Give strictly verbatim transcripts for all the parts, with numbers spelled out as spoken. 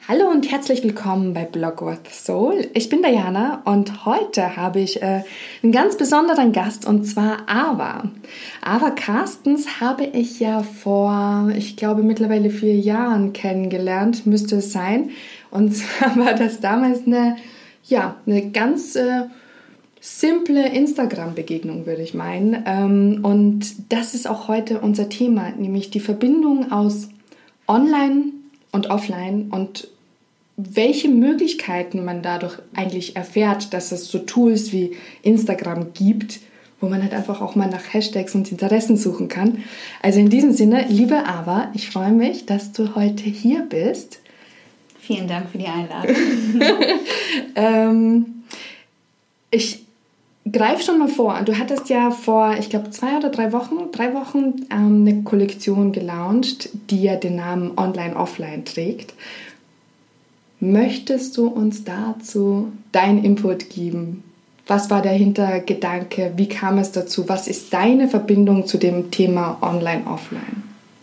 Hallo und herzlich willkommen bei Blog with Soul. Ich bin Diana und heute habe ich äh, einen ganz besonderen Gast und zwar Ava. Ava Carstens habe ich ja vor, ich glaube mittlerweile vier Jahren kennengelernt, müsste es sein. Und zwar war das damals eine, ja, eine ganz äh, simple Instagram-Begegnung, würde ich meinen. Ähm, und das ist auch heute unser Thema, nämlich die Verbindung aus Online und Offline und welche Möglichkeiten man dadurch eigentlich erfährt, dass es so Tools wie Instagram gibt, wo man halt einfach auch mal nach Hashtags und Interessen suchen kann. Also in diesem Sinne, liebe Ava, ich freue mich, dass du heute hier bist. Vielen Dank für die Einladung. ähm, ich greife schon mal vor. Du hattest ja vor, ich glaube, zwei oder drei Wochen, drei Wochen ähm, eine Kollektion gelauncht, die ja den Namen Online-Offline trägt. Möchtest du uns dazu deinen Input geben? Was war der Hintergedanke? Wie kam es dazu? Was ist deine Verbindung zu dem Thema Online-Offline?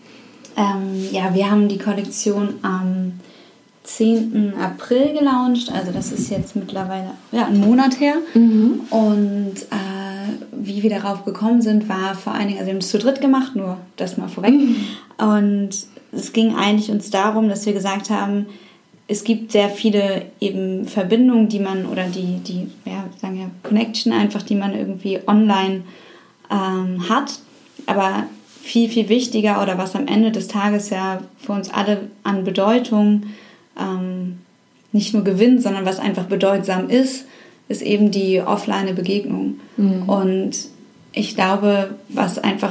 Ähm, ja, wir haben die Kollektion am zehnten April gelauncht. Also das ist jetzt mittlerweile ja, ein Monat her. Mhm. Und äh, wie wir darauf gekommen sind, war vor allen Dingen, also wir haben es zu dritt gemacht, nur das mal vorweg. Mhm. Und es ging eigentlich uns darum, dass wir gesagt haben, es gibt sehr viele eben Verbindungen, die man, oder die, die ja, sagen wir, Connection einfach, die man irgendwie online ähm, hat. Aber viel, viel wichtiger oder was am Ende des Tages ja für uns alle an Bedeutung ähm, nicht nur gewinnt, sondern was einfach bedeutsam ist, ist eben die offline Begegnung. Mhm. Und ich glaube, was einfach,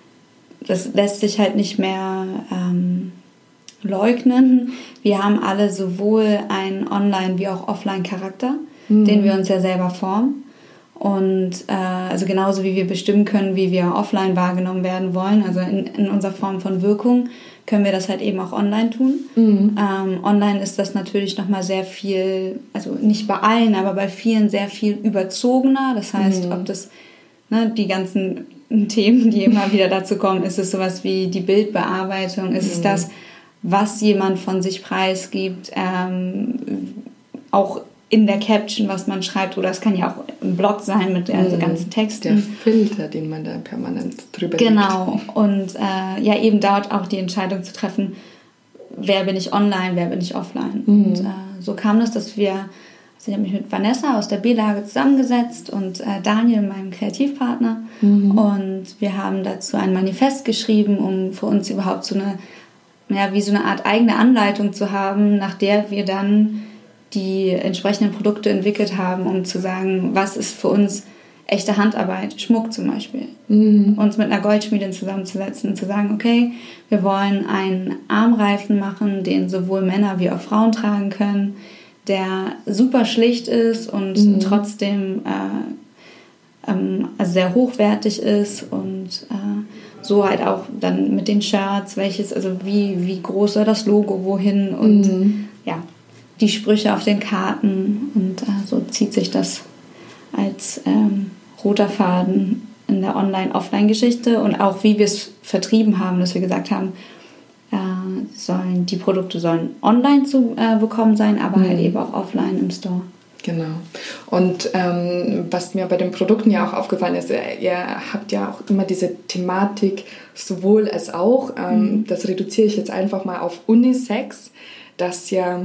das lässt sich halt nicht mehr ähm, leugnen. Wir haben alle sowohl einen Online- wie auch Offline-Charakter, mhm. den wir uns ja selber formen. Und äh, also genauso wie wir bestimmen können, wie wir offline wahrgenommen werden wollen, also in, in unserer Form von Wirkung, können wir das halt eben auch online tun. Mhm. Ähm, online ist das natürlich nochmal sehr viel, also nicht bei allen, aber bei vielen sehr viel überzogener. Das heißt, mhm. ob das ne, die ganzen Themen, die immer wieder dazu kommen, ist es sowas wie die Bildbearbeitung, ist mhm. es das, was jemand von sich preisgibt, ähm, auch in der Caption, was man schreibt, oder es kann ja auch ein Blog sein mit also ganzen Texten. Der Filter, den man da permanent drüber legt. Genau, und äh, ja eben dort auch die Entscheidung zu treffen, wer bin ich online, wer bin ich offline. Mhm. Und äh, so kam das, dass wir, also ich habe mich mit Vanessa aus der B-Lage zusammengesetzt und äh, Daniel, meinem Kreativpartner, mhm. und wir haben dazu ein Manifest geschrieben, um für uns überhaupt so eine ja, wie so eine Art eigene Anleitung zu haben, nach der wir dann die entsprechenden Produkte entwickelt haben, um zu sagen, was ist für uns echte Handarbeit, Schmuck zum Beispiel. Mhm. Uns mit einer Goldschmiedin zusammenzusetzen und zu sagen, okay, wir wollen einen Armreifen machen, den sowohl Männer wie auch Frauen tragen können, der super schlicht ist und mhm. trotzdem äh, ähm, also sehr hochwertig ist und äh, so halt auch dann mit den Shirts, welches, also wie, wie groß soll das Logo, wohin und mhm. ja, die Sprüche auf den Karten und äh, so zieht sich das als ähm, roter Faden in der Online-Offline-Geschichte und auch wie wir es vertrieben haben, dass wir gesagt haben, äh, sollen, die Produkte sollen online zu äh, bekommen sein, aber mhm. halt eben auch offline im Store. Genau. Und ähm, was mir bei den Produkten ja auch aufgefallen ist, ihr habt ja auch immer diese Thematik sowohl als auch, ähm, mhm. das reduziere ich jetzt einfach mal auf Unisex, dass ja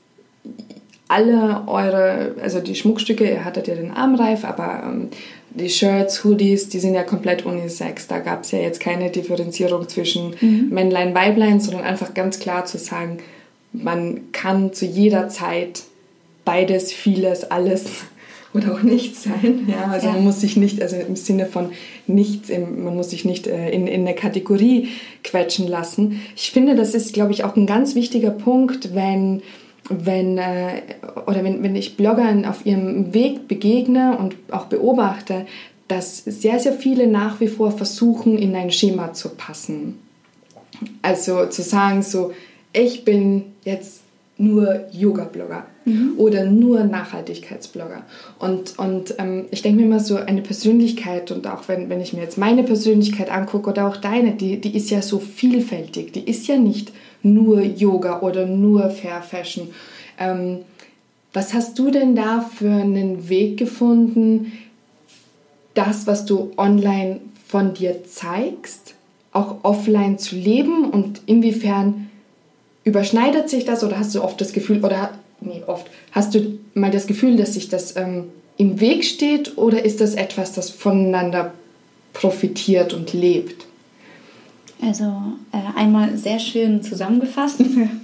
alle eure, also die Schmuckstücke, ihr hattet ja den Armreif, aber ähm, die Shirts, Hoodies, die sind ja komplett Unisex. Da gab es ja jetzt keine Differenzierung zwischen mhm. Männlein, Weiblein, sondern einfach ganz klar zu sagen, man kann zu jeder Zeit beides, vieles, alles oder auch nichts sein. Ja, also ja. man muss sich nicht, also im Sinne von nichts, man muss sich nicht in, in eine Kategorie quetschen lassen. Ich finde, das ist, glaube ich, auch ein ganz wichtiger Punkt, wenn, wenn, oder wenn, wenn ich Bloggern auf ihrem Weg begegne und auch beobachte, dass sehr, sehr viele nach wie vor versuchen, in ein Schema zu passen. Also zu sagen so, ich bin jetzt nur Yoga-Blogger mhm. oder nur Nachhaltigkeitsblogger. Und, und ähm, ich denke mir immer so, eine Persönlichkeit, und auch wenn, wenn ich mir jetzt meine Persönlichkeit angucke oder auch deine, die, die ist ja so vielfältig. Die ist ja nicht nur Yoga oder nur Fair Fashion. Ähm, was hast du denn da für einen Weg gefunden, das, was du online von dir zeigst, auch offline zu leben, und inwiefern überschneidet sich das, oder hast du oft das Gefühl, oder nee, oft, hast du mal das Gefühl, dass sich das ähm, im Weg steht, oder ist das etwas, das voneinander profitiert und lebt? Also äh, einmal sehr schön zusammengefasst,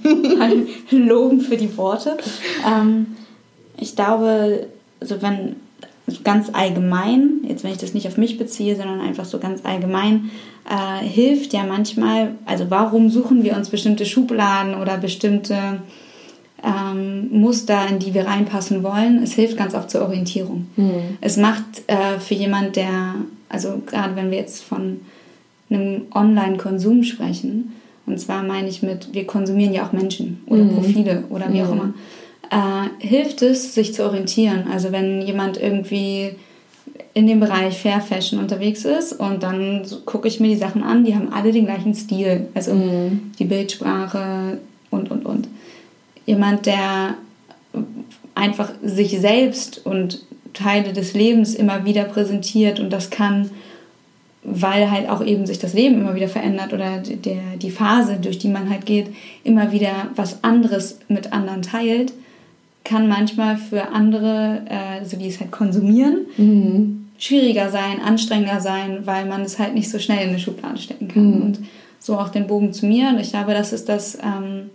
Loben für die Worte. Ähm, ich glaube, also wenn also ganz allgemein, jetzt wenn ich das nicht auf mich beziehe, sondern einfach so ganz allgemein, äh, hilft ja manchmal, also warum suchen wir uns bestimmte Schubladen oder bestimmte ähm, Muster, in die wir reinpassen wollen? Es hilft ganz oft zur Orientierung. Mhm. Es macht äh, für jemand, der, also gerade wenn wir jetzt von einem Online-Konsum sprechen, und zwar meine ich mit, wir konsumieren ja auch Menschen oder mhm. Profile oder wie mhm. auch immer, äh, hilft es, sich zu orientieren. Also wenn jemand irgendwie in dem Bereich Fair Fashion unterwegs ist und dann so, gucke ich mir die Sachen an, die haben alle den gleichen Stil, also mhm. die Bildsprache und, und, und. Jemand, der einfach sich selbst und Teile des Lebens immer wieder präsentiert, und das kann, weil halt auch eben sich das Leben immer wieder verändert oder der, die Phase, durch die man halt geht, immer wieder was anderes mit anderen teilt, kann manchmal für andere, äh, so die es halt konsumieren, mhm. schwieriger sein, anstrengender sein, weil man es halt nicht so schnell in eine Schublade stecken kann. Mhm. Und so auch den Bogen zu mir. Und ich glaube, das ist das, ähm,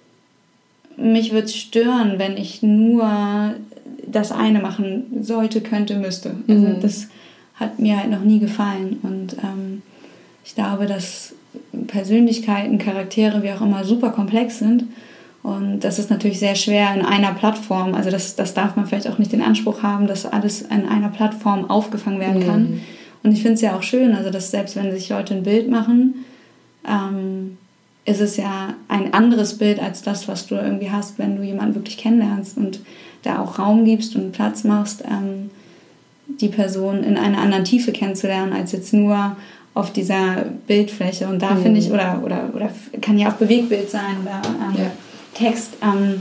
mich würde es stören, wenn ich nur das eine machen sollte, könnte, müsste. Also mhm. das hat mir halt noch nie gefallen. Und ähm, ich glaube, dass Persönlichkeiten, Charaktere, wie auch immer, super komplex sind. Und das ist natürlich sehr schwer in einer Plattform. Also das, das darf man vielleicht auch nicht den Anspruch haben, dass alles in einer Plattform aufgefangen werden kann. Mhm. Und ich finde es ja auch schön, also dass selbst wenn sich Leute ein Bild machen, ähm, ist es ja ein anderes Bild als das, was du irgendwie hast, wenn du jemanden wirklich kennenlernst und da auch Raum gibst und Platz machst, ähm, die Person in einer anderen Tiefe kennenzulernen, als jetzt nur auf dieser Bildfläche. Und da mhm. finde ich, oder, oder, oder kann ja auch Bewegtbild sein oder ähm, ja. Text. Ähm,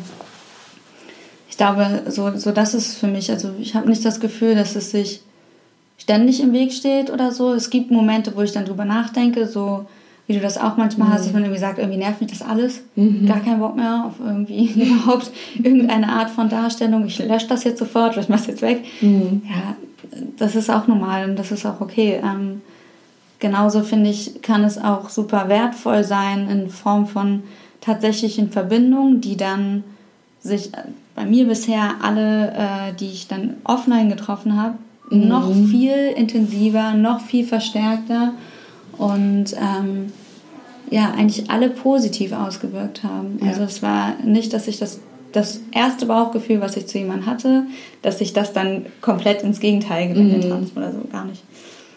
ich glaube, so, so das ist für mich, also ich habe nicht das Gefühl, dass es sich ständig im Weg steht oder so. Es gibt Momente, wo ich dann drüber nachdenke, so wie du das auch manchmal mhm. hast, dass man irgendwie sagt, irgendwie nervt mich das alles, mhm. gar keinen Bock mehr auf irgendwie überhaupt irgendeine Art von Darstellung, ich lösche das jetzt sofort, ich mache es jetzt weg. Mhm. Ja, das ist auch normal und das ist auch okay. Ähm, genauso finde ich, kann es auch super wertvoll sein in Form von tatsächlichen Verbindungen, die dann sich bei mir bisher alle, äh, die ich dann offline getroffen habe, mhm. noch viel intensiver, noch viel verstärkter und ähm, ja, eigentlich alle positiv ausgewirkt haben. Ja. Also es war nicht, dass ich das, das erste Bauchgefühl, was ich zu jemandem hatte, dass sich das dann komplett ins Gegenteil gewendet mhm. hat oder so, gar nicht.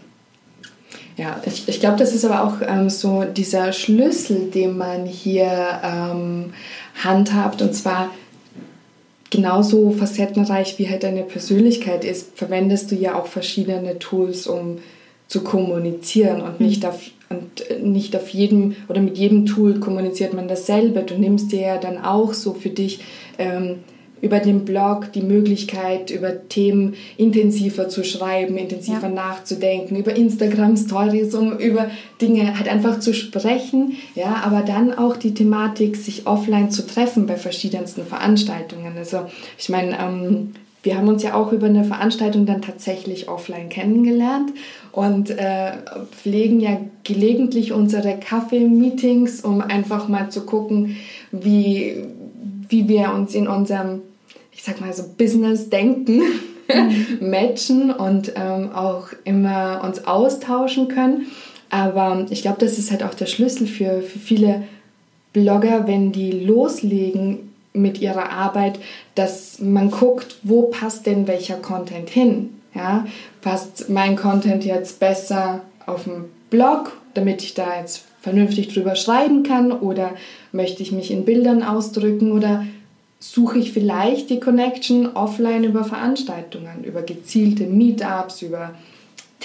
Ja, ich, ich glaube, das ist aber auch ähm, so dieser Schlüssel, den man hier ähm, handhabt, und zwar genauso facettenreich wie halt deine Persönlichkeit ist, verwendest du ja auch verschiedene Tools, um zu kommunizieren und nicht auf, und nicht auf jedem oder mit jedem Tool kommuniziert man dasselbe. Du nimmst dir ja dann auch so für dich ähm, über den Blog die Möglichkeit, über Themen intensiver zu schreiben, intensiver ja. nachzudenken, über Instagram-Stories, um über Dinge halt einfach zu sprechen, ja, aber dann auch die Thematik, sich offline zu treffen bei verschiedensten Veranstaltungen. Also ich meine, ähm, wir haben uns ja auch über eine Veranstaltung dann tatsächlich offline kennengelernt und äh, pflegen ja gelegentlich unsere Kaffee-Meetings, um einfach mal zu gucken, wie, wie wir uns in unserem, ich sag mal so, Business-Denken mhm. matchen und ähm, auch immer uns austauschen können. Aber ich glaube, das ist halt auch der Schlüssel für, für viele Blogger, wenn die loslegen mit ihrer Arbeit, dass man guckt, wo passt denn welcher Content hin. Ja? Passt mein Content jetzt besser auf dem Blog, damit ich da jetzt vernünftig drüber schreiben kann, oder möchte ich mich in Bildern ausdrücken, oder suche ich vielleicht die Connection offline über Veranstaltungen, über gezielte Meetups, über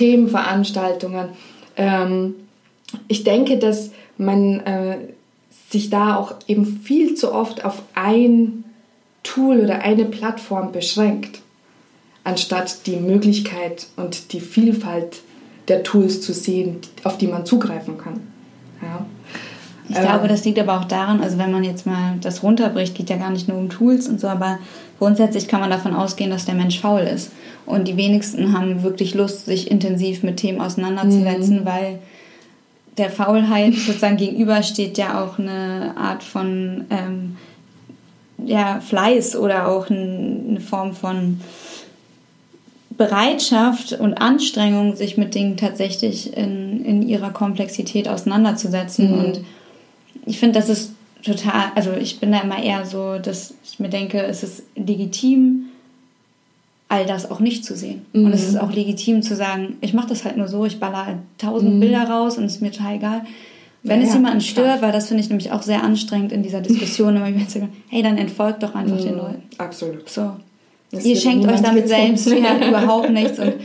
Themenveranstaltungen. Ähm, ich denke, dass man äh, sich da auch eben viel zu oft auf ein Tool oder eine Plattform beschränkt, anstatt die Möglichkeit und die Vielfalt der Tools zu sehen, auf die man zugreifen kann. Ja. Ich glaube, das liegt aber auch daran, also wenn man jetzt mal das runterbricht, geht ja gar nicht nur um Tools und so, aber grundsätzlich kann man davon ausgehen, dass der Mensch faul ist. Und die wenigsten haben wirklich Lust, sich intensiv mit Themen auseinanderzusetzen, mhm. weil der Faulheit sozusagen gegenübersteht ja auch eine Art von ähm, ja, Fleiß oder auch eine Form von Bereitschaft und Anstrengung, sich mit Dingen tatsächlich in, in ihrer Komplexität auseinanderzusetzen. Mhm. Und ich finde, das ist total, also ich bin da immer eher so, dass ich mir denke, es ist legitim, all das auch nicht zu sehen. Mhm. Und es ist auch legitim zu sagen, ich mache das halt nur so, ich baller tausend mhm. Bilder raus und es ist mir total egal. Wenn ja, es jemanden ja, stört, weil das finde ich nämlich auch sehr anstrengend in dieser Diskussion, immer wieder zu sagen, hey, dann entfolgt doch einfach mhm. den Leuten. Absolut. So. Ihr schenkt euch damit selbst ja, überhaupt nichts. Und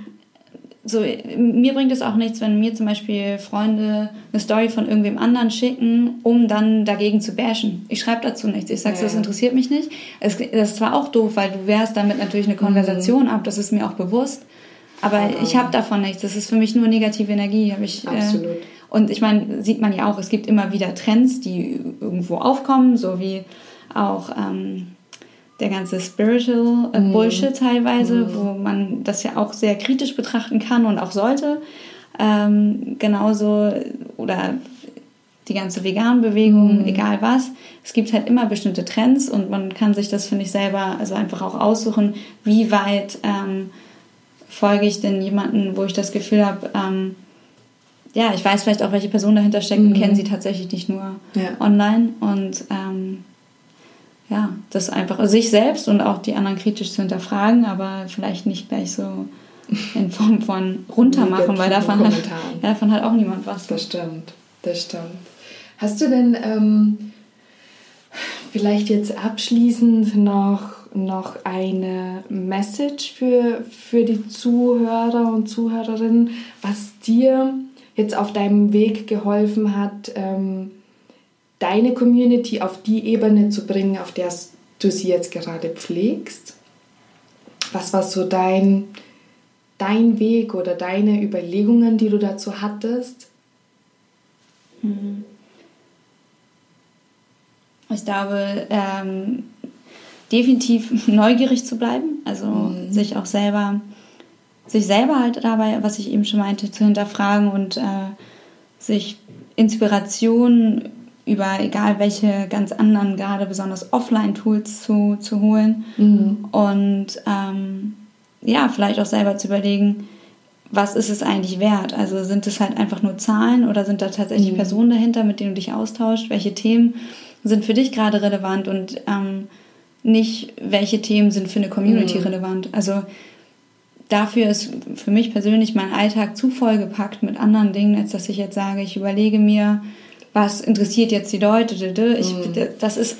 so, mir bringt es auch nichts, wenn mir zum Beispiel Freunde eine Story von irgendwem anderen schicken, um dann dagegen zu bashen. Ich schreibe dazu nichts. Ich sage so, ja. das interessiert mich nicht. Es, das ist zwar auch doof, weil du wehrst damit natürlich eine Konversation mhm. ab, das ist mir auch bewusst. Aber ah. ich habe davon nichts. Das ist für mich nur negative Energie. Hab ich, Absolut. Äh, und ich meine, sieht man ja auch, es gibt immer wieder Trends, die irgendwo aufkommen, so wie auch ähm, der ganze Spiritual äh, Bullshit teilweise, mm. wo man das ja auch sehr kritisch betrachten kann und auch sollte. Ähm, genauso, oder die ganze Vegan-Bewegung, mm. egal was. Es gibt halt immer bestimmte Trends und man kann sich das, finde ich, selber also einfach auch aussuchen, wie weit ähm, folge ich denn jemanden, wo ich das Gefühl habe, ähm, ja, ich weiß vielleicht auch, welche Person dahinter steckt mm. und kenne sie tatsächlich nicht nur ja. online. Und ähm, ja, das einfach sich selbst und auch die anderen kritisch zu hinterfragen, aber vielleicht nicht gleich so in Form von runtermachen, weil davon hat, ja, davon hat auch niemand was. Das stimmt, das stimmt. Hast du denn ähm, vielleicht jetzt abschließend noch, noch eine Message für, für die Zuhörer und Zuhörerinnen, was dir jetzt auf deinem Weg geholfen hat, ähm, deine Community auf die Ebene zu bringen, auf der du sie jetzt gerade pflegst? Was war so dein, dein Weg oder deine Überlegungen, die du dazu hattest? Ich glaube, ähm, definitiv neugierig zu bleiben, also mhm. sich auch selber, sich selber halt dabei, was ich eben schon meinte, zu hinterfragen und äh, sich Inspiration über egal welche ganz anderen, gerade besonders Offline-Tools zu, zu holen mhm. und ähm, ja, vielleicht auch selber zu überlegen, was ist es eigentlich wert? Also sind es halt einfach nur Zahlen oder sind da tatsächlich mhm. Personen dahinter, mit denen du dich austauschst? Welche Themen sind für dich gerade relevant und ähm, nicht, welche Themen sind für eine Community mhm. relevant? Also dafür ist für mich persönlich mein Alltag zu vollgepackt mit anderen Dingen, als dass ich jetzt sage, ich überlege mir, was interessiert jetzt die Leute? Ich, das ist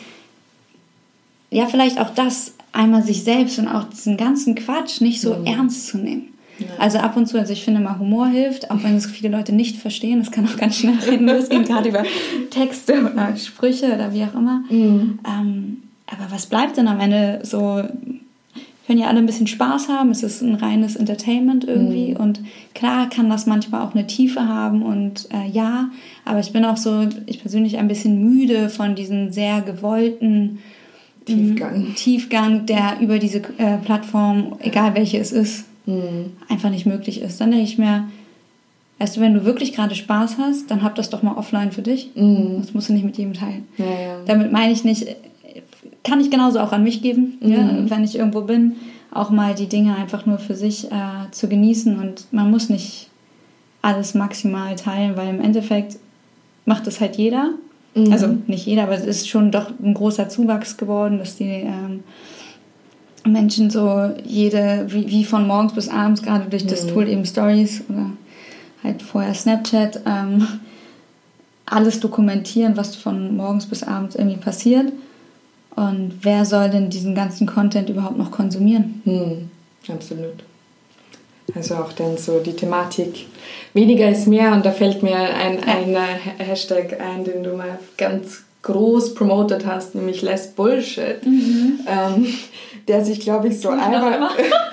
ja vielleicht auch das, einmal sich selbst und auch diesen ganzen Quatsch nicht so mhm. ernst zu nehmen. Ja. Also ab und zu, also ich finde mal, Humor hilft, auch wenn es viele Leute nicht verstehen. Das kann auch ganz schnell reden losgehen, gerade über Texte oder Sprüche oder wie auch immer. Mhm. Ähm, aber was bleibt denn am Ende so? Können ja alle ein bisschen Spaß haben, es ist ein reines Entertainment irgendwie mhm. und klar kann das manchmal auch eine Tiefe haben und äh, ja, aber ich bin auch so, ich persönlich ein bisschen müde von diesem sehr gewollten Tiefgang, Tiefgang der über diese äh, Plattform, egal welche es ist, mhm. einfach nicht möglich ist. Dann denke ich mir, weißt du, wenn du wirklich gerade Spaß hast, dann hab das doch mal offline für dich. Mhm. Das musst du nicht mit jedem teilen. Ja, ja. Damit meine ich nicht, kann ich genauso auch an mich geben, mhm. ja, wenn ich irgendwo bin, auch mal die Dinge einfach nur für sich äh, zu genießen und man muss nicht alles maximal teilen, weil im Endeffekt macht es halt jeder, mhm. also nicht jeder, aber es ist schon doch ein großer Zuwachs geworden, dass die ähm, Menschen so jede, wie, wie von morgens bis abends, gerade durch mhm. das Tool eben Stories oder halt vorher Snapchat, ähm, alles dokumentieren, was von morgens bis abends irgendwie passiert. Und wer soll denn diesen ganzen Content überhaupt noch konsumieren? Hm, absolut. Also auch dann so die Thematik weniger ist mehr, und da fällt mir ein, ein Hashtag ein, den du mal ganz groß promotet hast, nämlich Less Bullshit, mhm. ähm, der sich, glaube ich, so einfach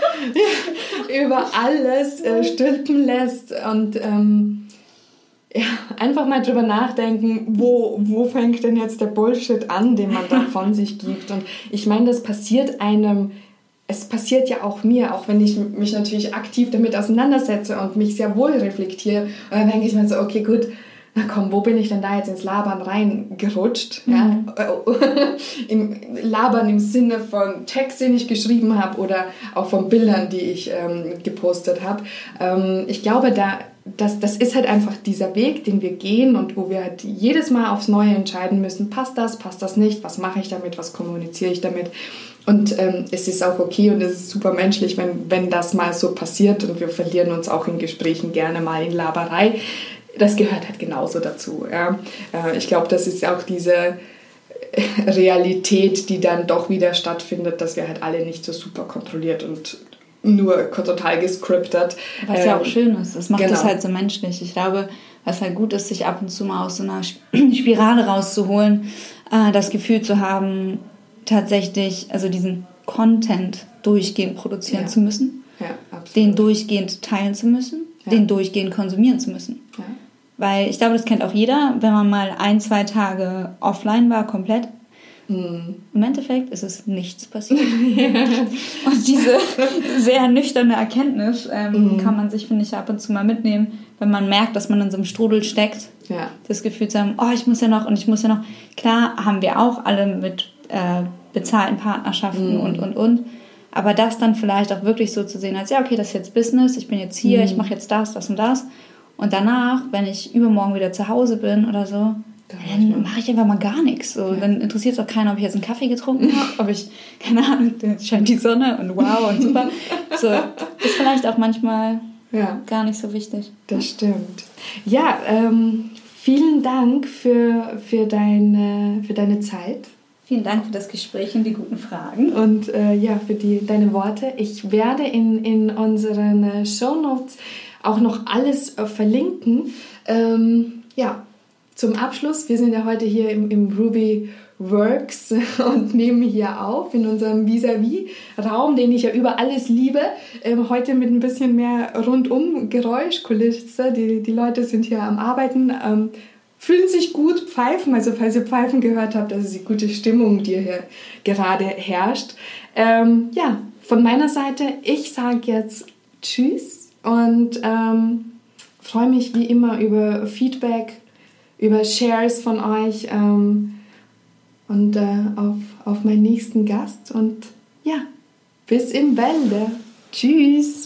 über alles äh, stülpen lässt und ähm, ja, einfach mal drüber nachdenken, wo, wo fängt denn jetzt der Bullshit an, den man dann von sich gibt. Und ich meine, das passiert einem, es passiert ja auch mir, auch wenn ich mich natürlich aktiv damit auseinandersetze und mich sehr wohl reflektiere. Und dann denke ich mir so, okay, gut, na komm, wo bin ich denn da jetzt ins Labern reingerutscht? Mhm. Ja? Im Labern im Sinne von Text, den ich geschrieben habe, oder auch von Bildern, die ich ähm, gepostet habe. Ähm, ich glaube, da, das, das ist halt einfach dieser Weg, den wir gehen und wo wir halt jedes Mal aufs Neue entscheiden müssen, passt das, passt das nicht, was mache ich damit, was kommuniziere ich damit. Und ähm, es ist auch okay und es ist super menschlich, wenn, wenn das mal so passiert, und wir verlieren uns auch in Gesprächen gerne mal in Laberei. Das gehört halt genauso dazu. Ja. Ich glaube, das ist auch diese Realität, die dann doch wieder stattfindet, dass wir halt alle nicht so super kontrolliert und nur total gescriptet. Was ja auch schön ist. Das macht genau. das halt so menschlich. Ich glaube, was halt gut ist, sich ab und zu mal aus so einer Spirale rauszuholen, das Gefühl zu haben, tatsächlich, also diesen Content durchgehend produzieren ja. zu müssen, ja, absolut. Den durchgehend teilen zu müssen, ja. den durchgehend konsumieren zu müssen. Ja. Weil ich glaube, das kennt auch jeder, wenn man mal ein, zwei Tage offline war, komplett. Mm. Im Endeffekt ist es nichts passiert. Und diese sehr nüchterne Erkenntnis ähm, mm. kann man sich, finde ich, ab und zu mal mitnehmen, wenn man merkt, dass man in so einem Strudel steckt. Ja. Das Gefühl zu haben, oh, ich muss ja noch und ich muss ja noch. Klar haben wir auch alle mit äh, bezahlten Partnerschaften mm. und, und, und. Aber das dann vielleicht auch wirklich so zu sehen, als ja, okay, das ist jetzt Business, ich bin jetzt hier, mm. ich mache jetzt das, das und das. Und danach, wenn ich übermorgen wieder zu Hause bin oder so, dann mache ich einfach mal gar nichts. So, ja. Dann interessiert es auch keiner, ob ich jetzt einen Kaffee getrunken habe, ob ich, keine Ahnung, da scheint die Sonne und wow und super. So, ist vielleicht auch manchmal ja. gar nicht so wichtig. Das stimmt. Ja, ähm, vielen Dank für, für, deine, für deine Zeit. Vielen Dank für das Gespräch und die guten Fragen. Und äh, ja, für die, deine Worte. Ich werde in, in unseren äh, Shownotes auch noch alles äh, verlinken. Ähm, ja, zum Abschluss, wir sind ja heute hier im, im Ruby Works und nehmen hier auf in unserem Vis-à-vis-Raum, den ich ja über alles liebe. Ähm, heute mit ein bisschen mehr rundum Geräuschkulisse. Die, die Leute sind hier am Arbeiten, ähm, fühlen sich gut, pfeifen. Also falls ihr Pfeifen gehört habt, das ist die gute Stimmung, die hier gerade herrscht. Ähm, ja, von meiner Seite, ich sage jetzt Tschüss. Und ähm, freue mich wie immer über Feedback, über Shares von euch ähm, und äh, auf, auf meinen nächsten Gast. Und ja, bis im Wälde. Tschüss.